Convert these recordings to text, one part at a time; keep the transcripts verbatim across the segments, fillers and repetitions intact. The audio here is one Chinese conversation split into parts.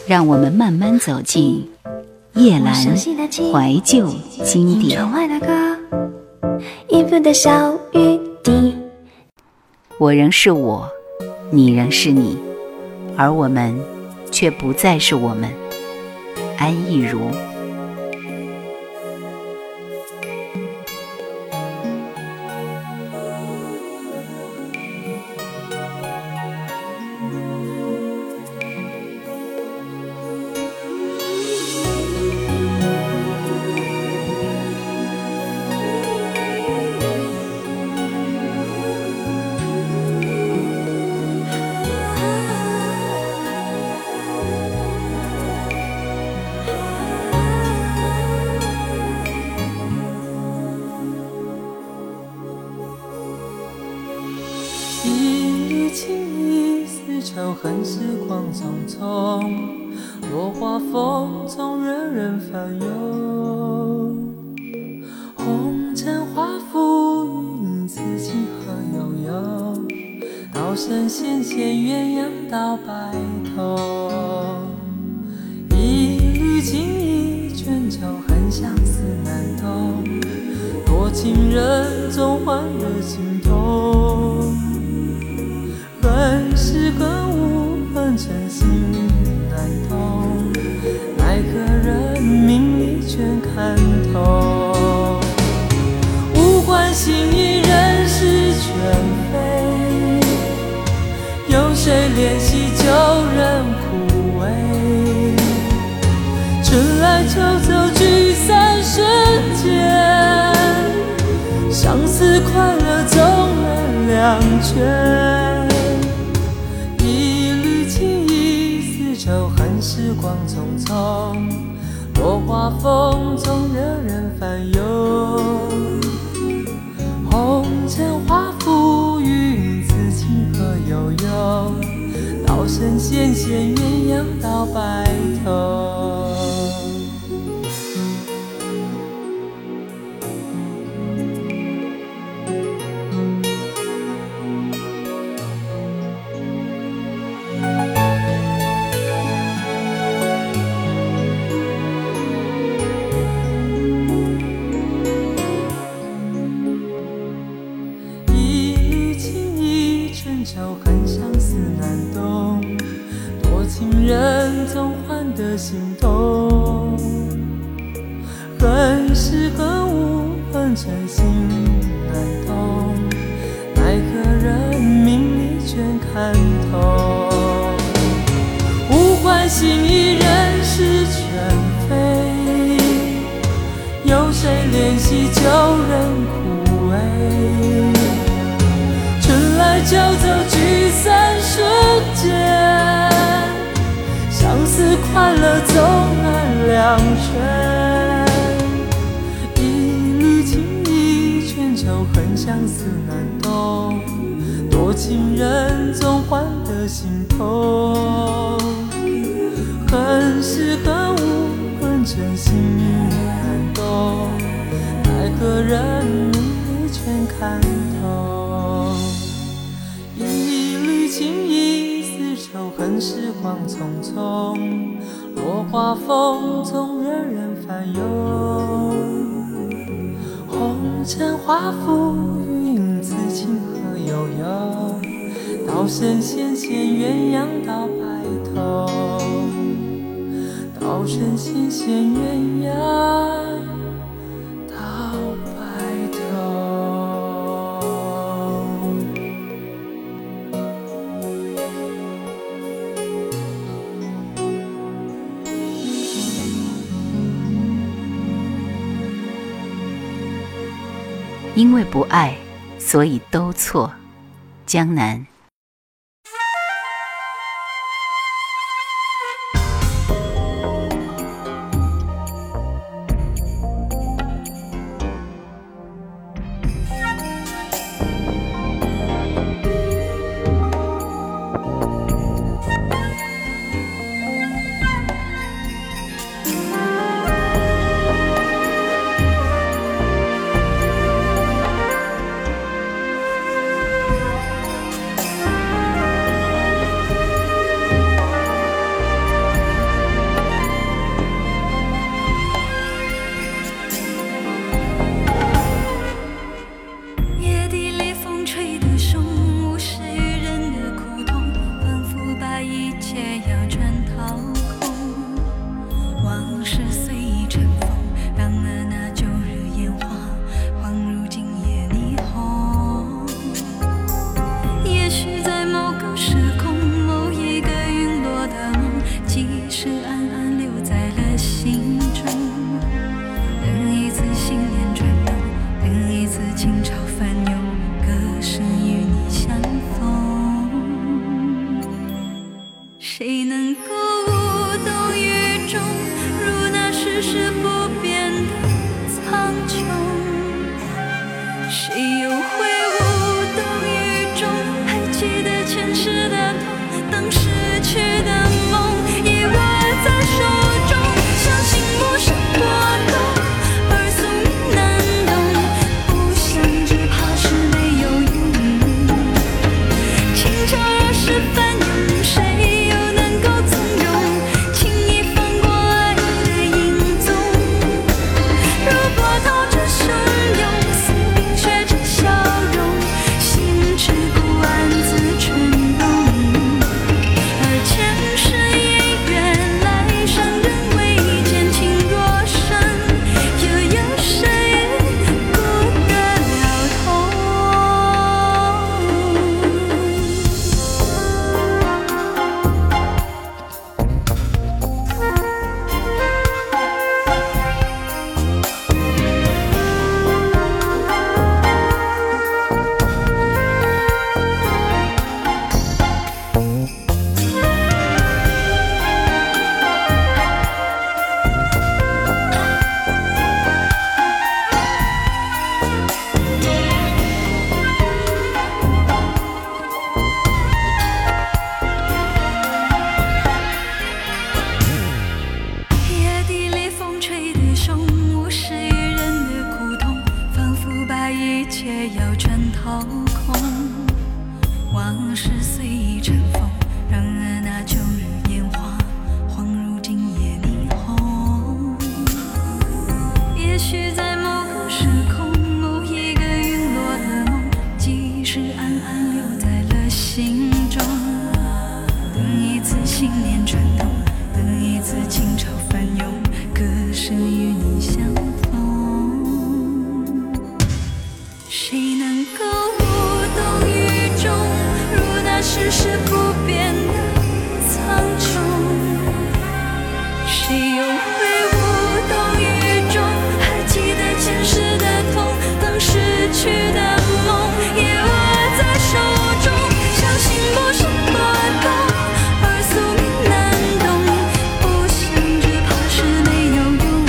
让我们慢慢走进夜阑怀旧经典。我仍是我，你仍是你，而我们却不再是我们。安逸如。 仇恨时光匆匆，落花风中人人烦忧。红尘化浮云，此情何悠悠？道声纤纤，鸳鸯到白头。一缕情意，卷愁恨相思难懂。多情人总换得心痛。恨是恨无恨成心难懂，奈何人命里全看透。无关心意，人事全非，有谁怜惜旧人枯萎？春来秋走，聚散瞬间，相思快乐总难两全。仇恨时光匆匆，落花风中惹人烦忧。红尘化浮云，此情何悠悠？道声纤纤，鸳鸯到白头。仇恨相思难懂，多情人总换得心痛。恨是恨无恨成心难懂，奈何人命里全看透。无关心意，人事全非，有谁怜惜旧人枯萎？春来秋走，聚散瞬间，相思快乐总难两全。一缕情意，卷愁恨相思难懂，多情人总换得心痛。恨是恨无恨成心难懂，奈何人命里全看透。情意似仇恨时光匆匆，落花风中惹人烦忧。红尘化浮云，此情何悠悠？道声纤纤，鸳鸯到白头。道声纤纤，鸳鸯到白头。 因为不爱，所以都错。江南。 切要全掏空，往事随意尘封，让了那旧日烟花恍如今夜霓虹。也许在某个时空，某一个陨落的梦，即使暗暗留在了心中。等一次心念转动，等一次情潮翻涌，歌声与你相逢。谁能够无动于衷，如那世事不变的苍穹？谁又会无动于衷？还记得前世的痛，当失去的梦也握在手中，相信陌生波动，而宿命难懂，不想只怕是没有用。情潮若是翻涌，谁又能够从容轻易放过爱的影踪？如波涛这汹涌，似冰雪这消融，心之孤暗自蠢动。而前世姻缘，来生人未见，情若深，又有谁顾得了头？夜地里风吹的凶，无视于人的苦痛，仿佛把一切要全掏空。往事随意尘封，让了那旧日烟花恍如今夜霓虹。也许在某个时空，某一个陨落的梦，即使暗暗留在了心中。等一次心念转动，等一次情潮翻涌，歌声与你相逢。谁能够无动于衷，如那世事不变的苍穹？谁又会无动于衷？还记得前世的痛，当失去的梦也握在手中，相信陌生波动，而宿命难懂，不想只怕是没有用。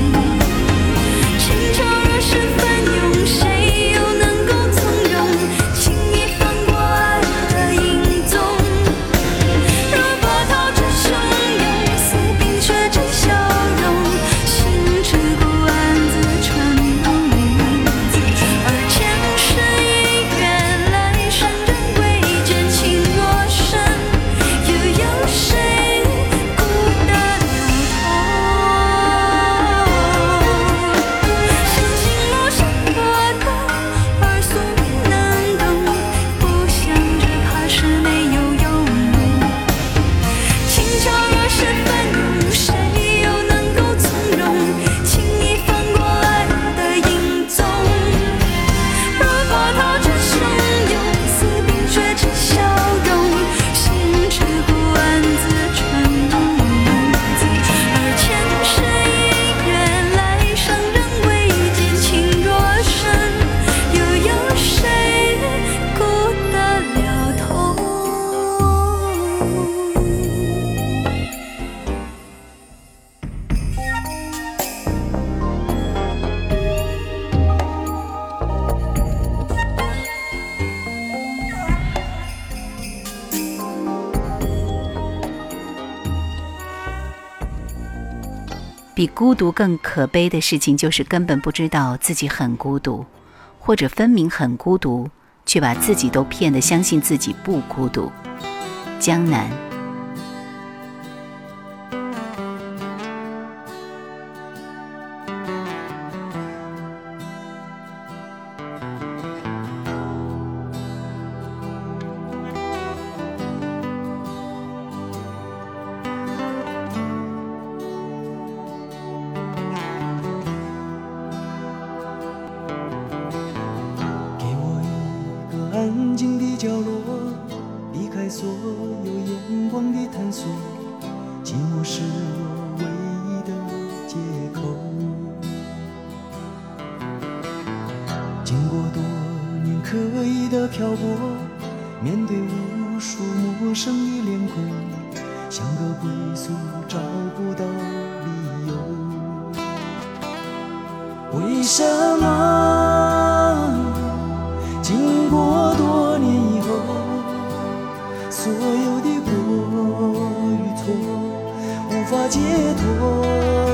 情潮若是翻涌，谁又能够从容轻易放过爱的影踪？如波涛这汹涌，似冰雪这消融，心之孤暗自蠢动。而前世姻缘，来生人未见，情若深，又有谁顾得了头？相信陌生波动，而宿命难懂，不想只怕是没有用。情潮若是翻涌，谁又能够从容轻易放过爱的影踪？如波涛这汹涌，似冰雪这消融，心之孤暗自蠢动。而前世姻缘，来生人未见，情若深，又有谁顾得了头？ 比孤独更可悲的事情，就是根本不知道自己很孤独，或者分明很孤独，却把自己都骗得相信自己不孤独。江南。 寂寞是我唯一的借口。经过多年刻意的漂泊，面对无数陌生的脸孔，像个归宿找不到理由。为什么经过多年以后，所有的过与错无法解脱？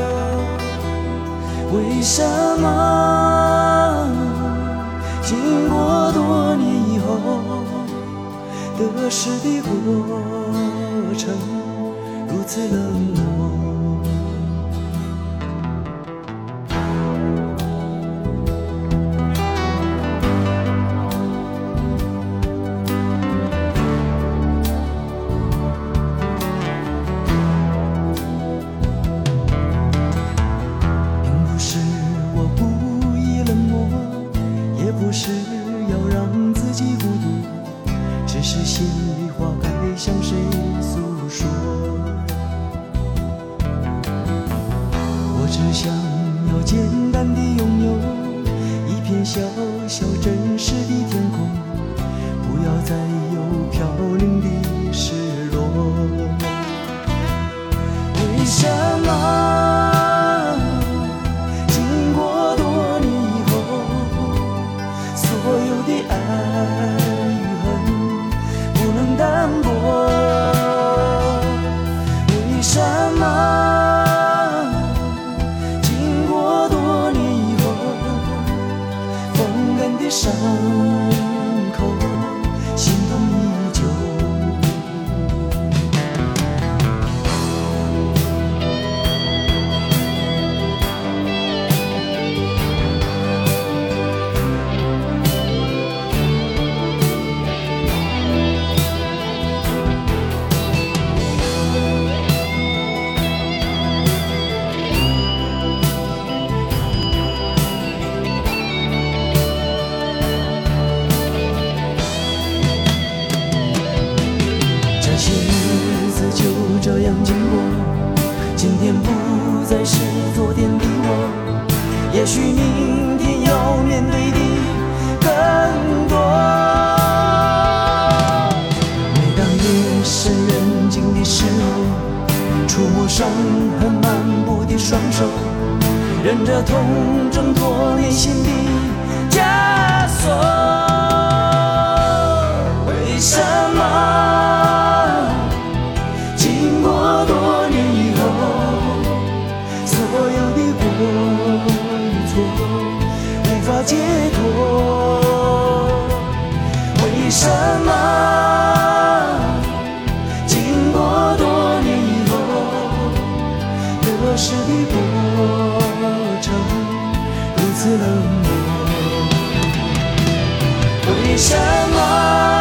为什么经过多年以后，得失的过程如此冷漠？伤口心痛依旧。这样经过，今天不再是昨天的我，也许明天要面对的更多。每当夜深人静的时候，触摸伤痕漫步的双手，忍着痛挣脱内心的枷锁。为什么多年以后，所有的过与错无法解脱？为什么经过多年以后，得失的过程如此冷漠？为什么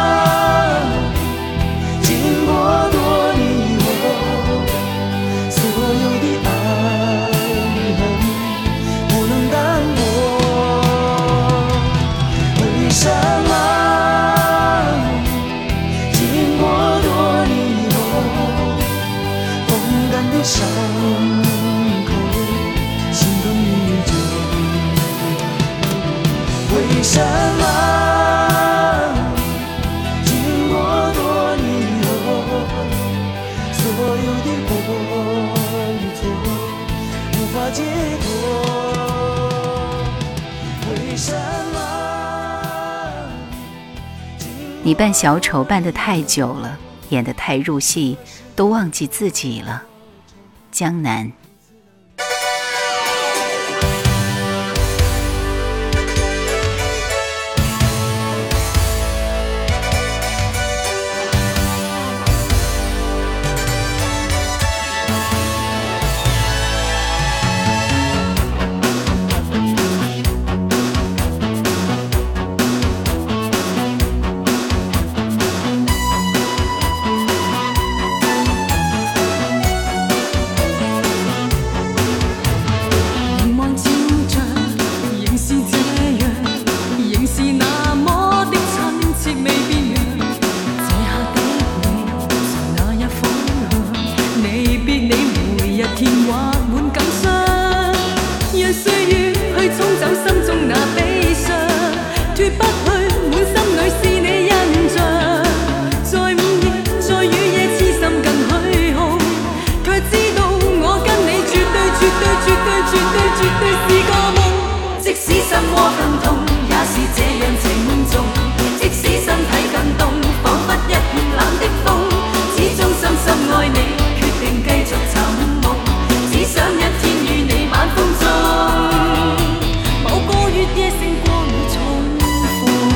经过多年以后，所有的爱与恨不能淡薄？为什么经过多年以后，风干的伤口心痛依旧？为什么解脱？为什么你扮小丑扮得太久了，演得太入戏，都忘记自己了。江南。 天畫滿感傷，讓歲月去沖走心中那悲傷，脫不去滿心裏是你印象。在午夜，在雨夜，痴心更虛空，卻知道我跟你絕對、絕對、絕對、絕對、絕對是個夢。即使心窩更痛，也是這樣情重。即使身體更凍，彷彿一片冷的風，始終深深愛你，決定繼續尋夢。只想一天與你晚風中，某個月夜勝過每重逢。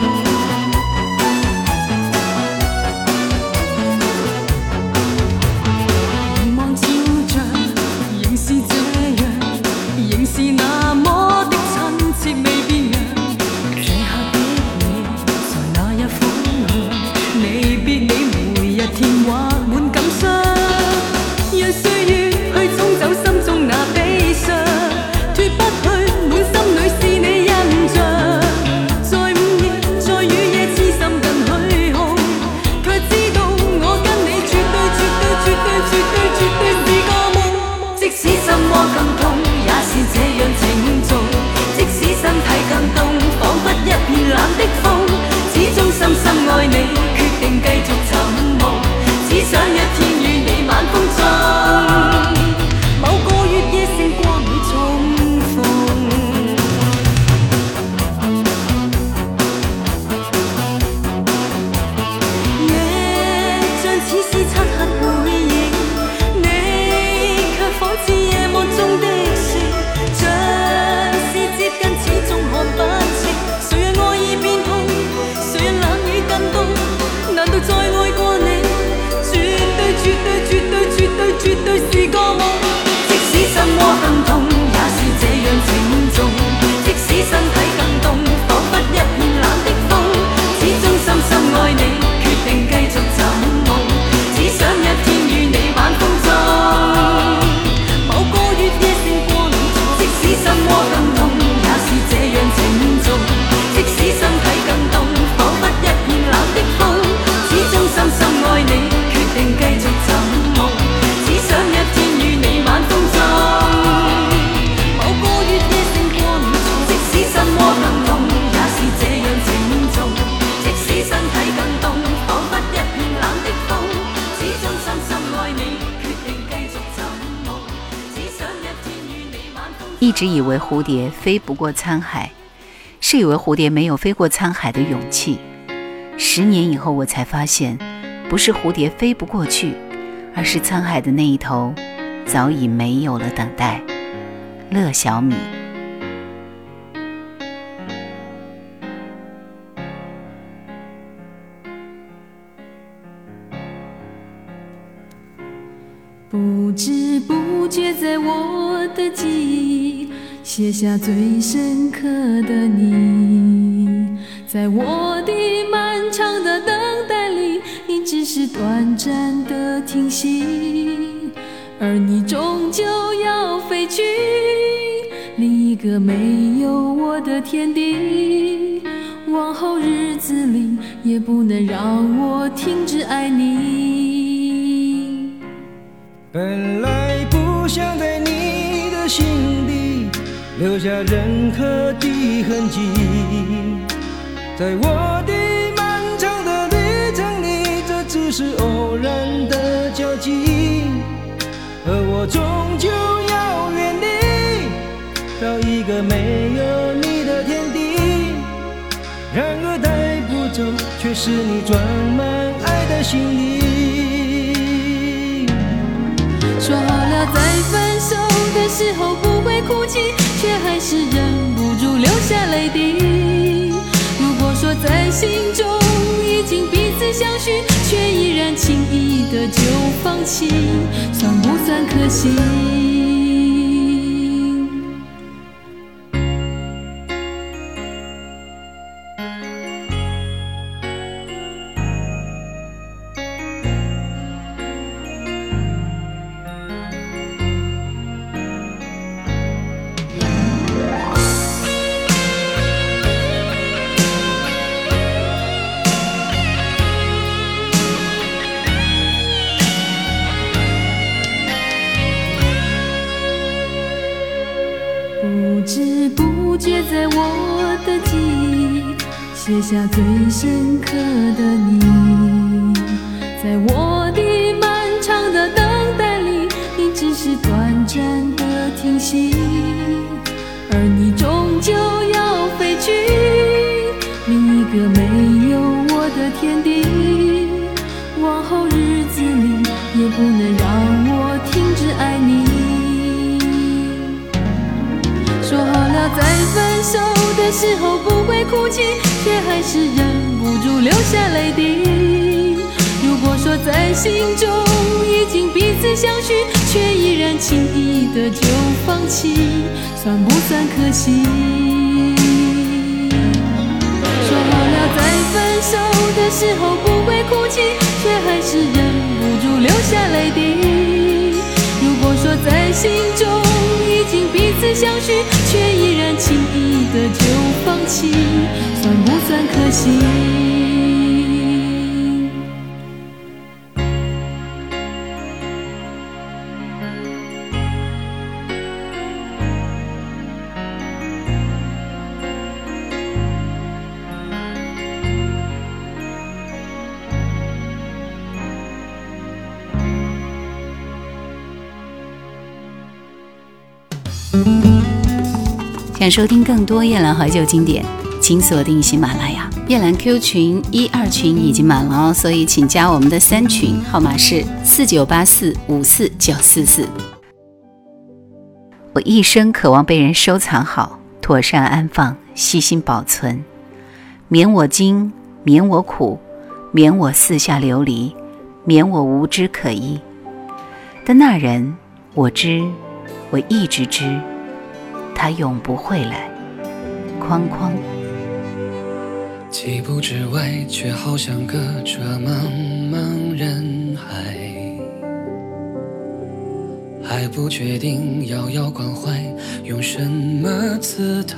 凝望照着，仍是這樣，仍是那麼的親切未變樣。這刻的你，在那一風向，離別你每日填畫滿感傷，讓歲月去沖走心中那悲傷，脫不去滿心裏是你印象。在午夜，在雨夜，痴心更虛空，卻知道我跟你絕對、絕對、絕對、絕對、絕對是個夢。即使心窩更痛，也是這樣情重。即使身體更凍，彷彿一片冷的風，始終深深愛你，決定繼續尋夢。只想一天與你晚風中，某個月夜勝過每重逢。夜像似是漆黑背影，你卻仿似夜幕中的星，像是接近始終看不清。誰讓愛已變痛，誰讓冷雨更凍？難道再愛過你？絕對、絕對、絕對、絕對、絕對是個夢。即使心窩更痛，也是這樣情重。即使身體更凍，彷彿一片冷的風，始終深深愛你，決定繼續尋夢。只想一天與你晚風中，某個月夜勝過每重。即使心窩更痛，也是這樣情重。即使身體更凍，彷彿一片冷的風，始終深深愛你，決定繼續尋夢。只想一天與你晚風中，某個月夜勝過每重。即使心窩更痛，也是這樣情重。即使身體更凍，彷彿一片冷的風，始終深深愛你，決定繼續尋夢。只想一天與你晚風中。 一直以為蝴蝶飛不過滄海，是以為蝴蝶沒有飛過滄海的勇氣。十年以後我才發現，不是蝴蝶飛不過去，而是滄海的那一頭早已沒有了等待。樂小米。 不知不覺在我的記憶寫下最深刻的你，在我的漫長的等待裡，你只是短暫的停息，而你終究要飛去另一個沒有我的天地，往後日子裡也不能讓我停止愛你。 本來不想在你的心底留下任何的痕跡，在我的漫長的旅程裡，這只是偶然的交集，而我終究要遠離到一個沒有你的天地，然而帶不走卻是你裝滿愛的行李。 說好了在分手的時候不會哭泣，卻還是忍不住流下淚滴。如果說在心中已經彼此相許，卻依然輕易的就放棄，算不算可惜？ 不觉在我的记忆写下最深刻的你。在我的漫长的等待里，你只是短暂的停息，而你终究要飞去另一个没有我的天地。往后日子里也不能让我停止爱你。说好了在分手的时候不会哭泣，却还是忍不住流下泪滴。如果说在心中已经彼此相许，却依然轻易的就放弃，算不算可惜？说好了在分手的时候不会哭泣，却还是忍不住流下泪滴。如果说在心中已经彼此相许，却依然轻易的就放弃，算不算可惜？ 想收听更多夜兰怀旧经典，请锁定喜马拉雅。夜兰 Q 群一二群已经满了哦，所以请加我们的三群，号码是四九八四五四九四四。我一生渴望被人收藏好，妥善安放，细心保存，免我惊，免我苦，免我四下流离，免我无枝可依。但那人，我知，我一直知，他永不会来。框框。 几步之外，却好像隔着茫茫人海，还不确定遥遥关怀用什么姿态，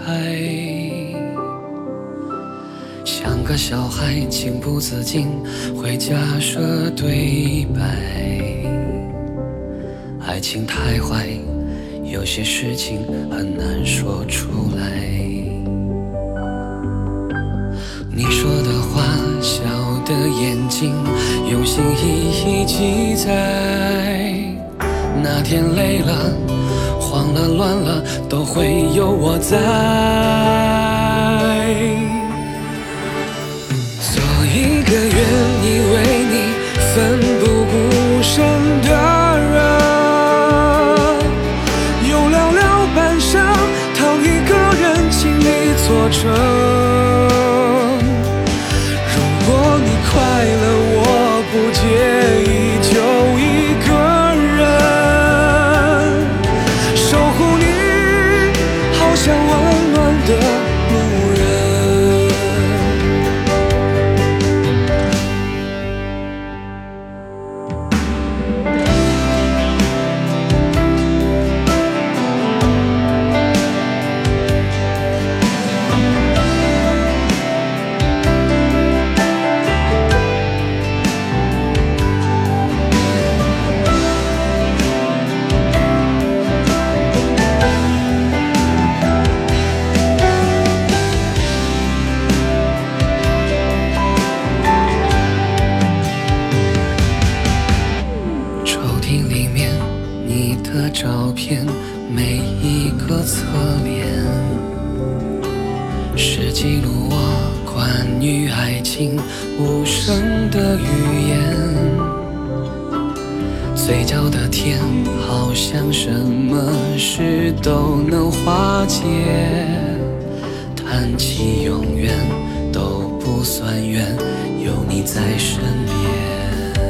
像个小孩情不自禁会假设对白，爱情太坏，有些事情很难说出来。你说的话，笑的眼睛，用心一一记载。那天累了，慌了，乱了，都会有我在。做一个愿意为你奋不顾身的人，用寥寥半生讨一个人尽力做成。快乐我不介意，就一个人守护你，好像温暖的路人。照片每一个侧脸，是记录我关于爱情无声的语言。嘴角的甜，好像什么事都能化解。谈起永远都不算远，有你在身边。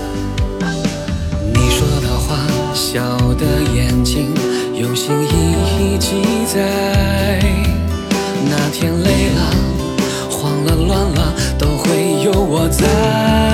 你说的话，笑的眼睛，用心一一记载。那天累了，慌了，乱了，都会有我在。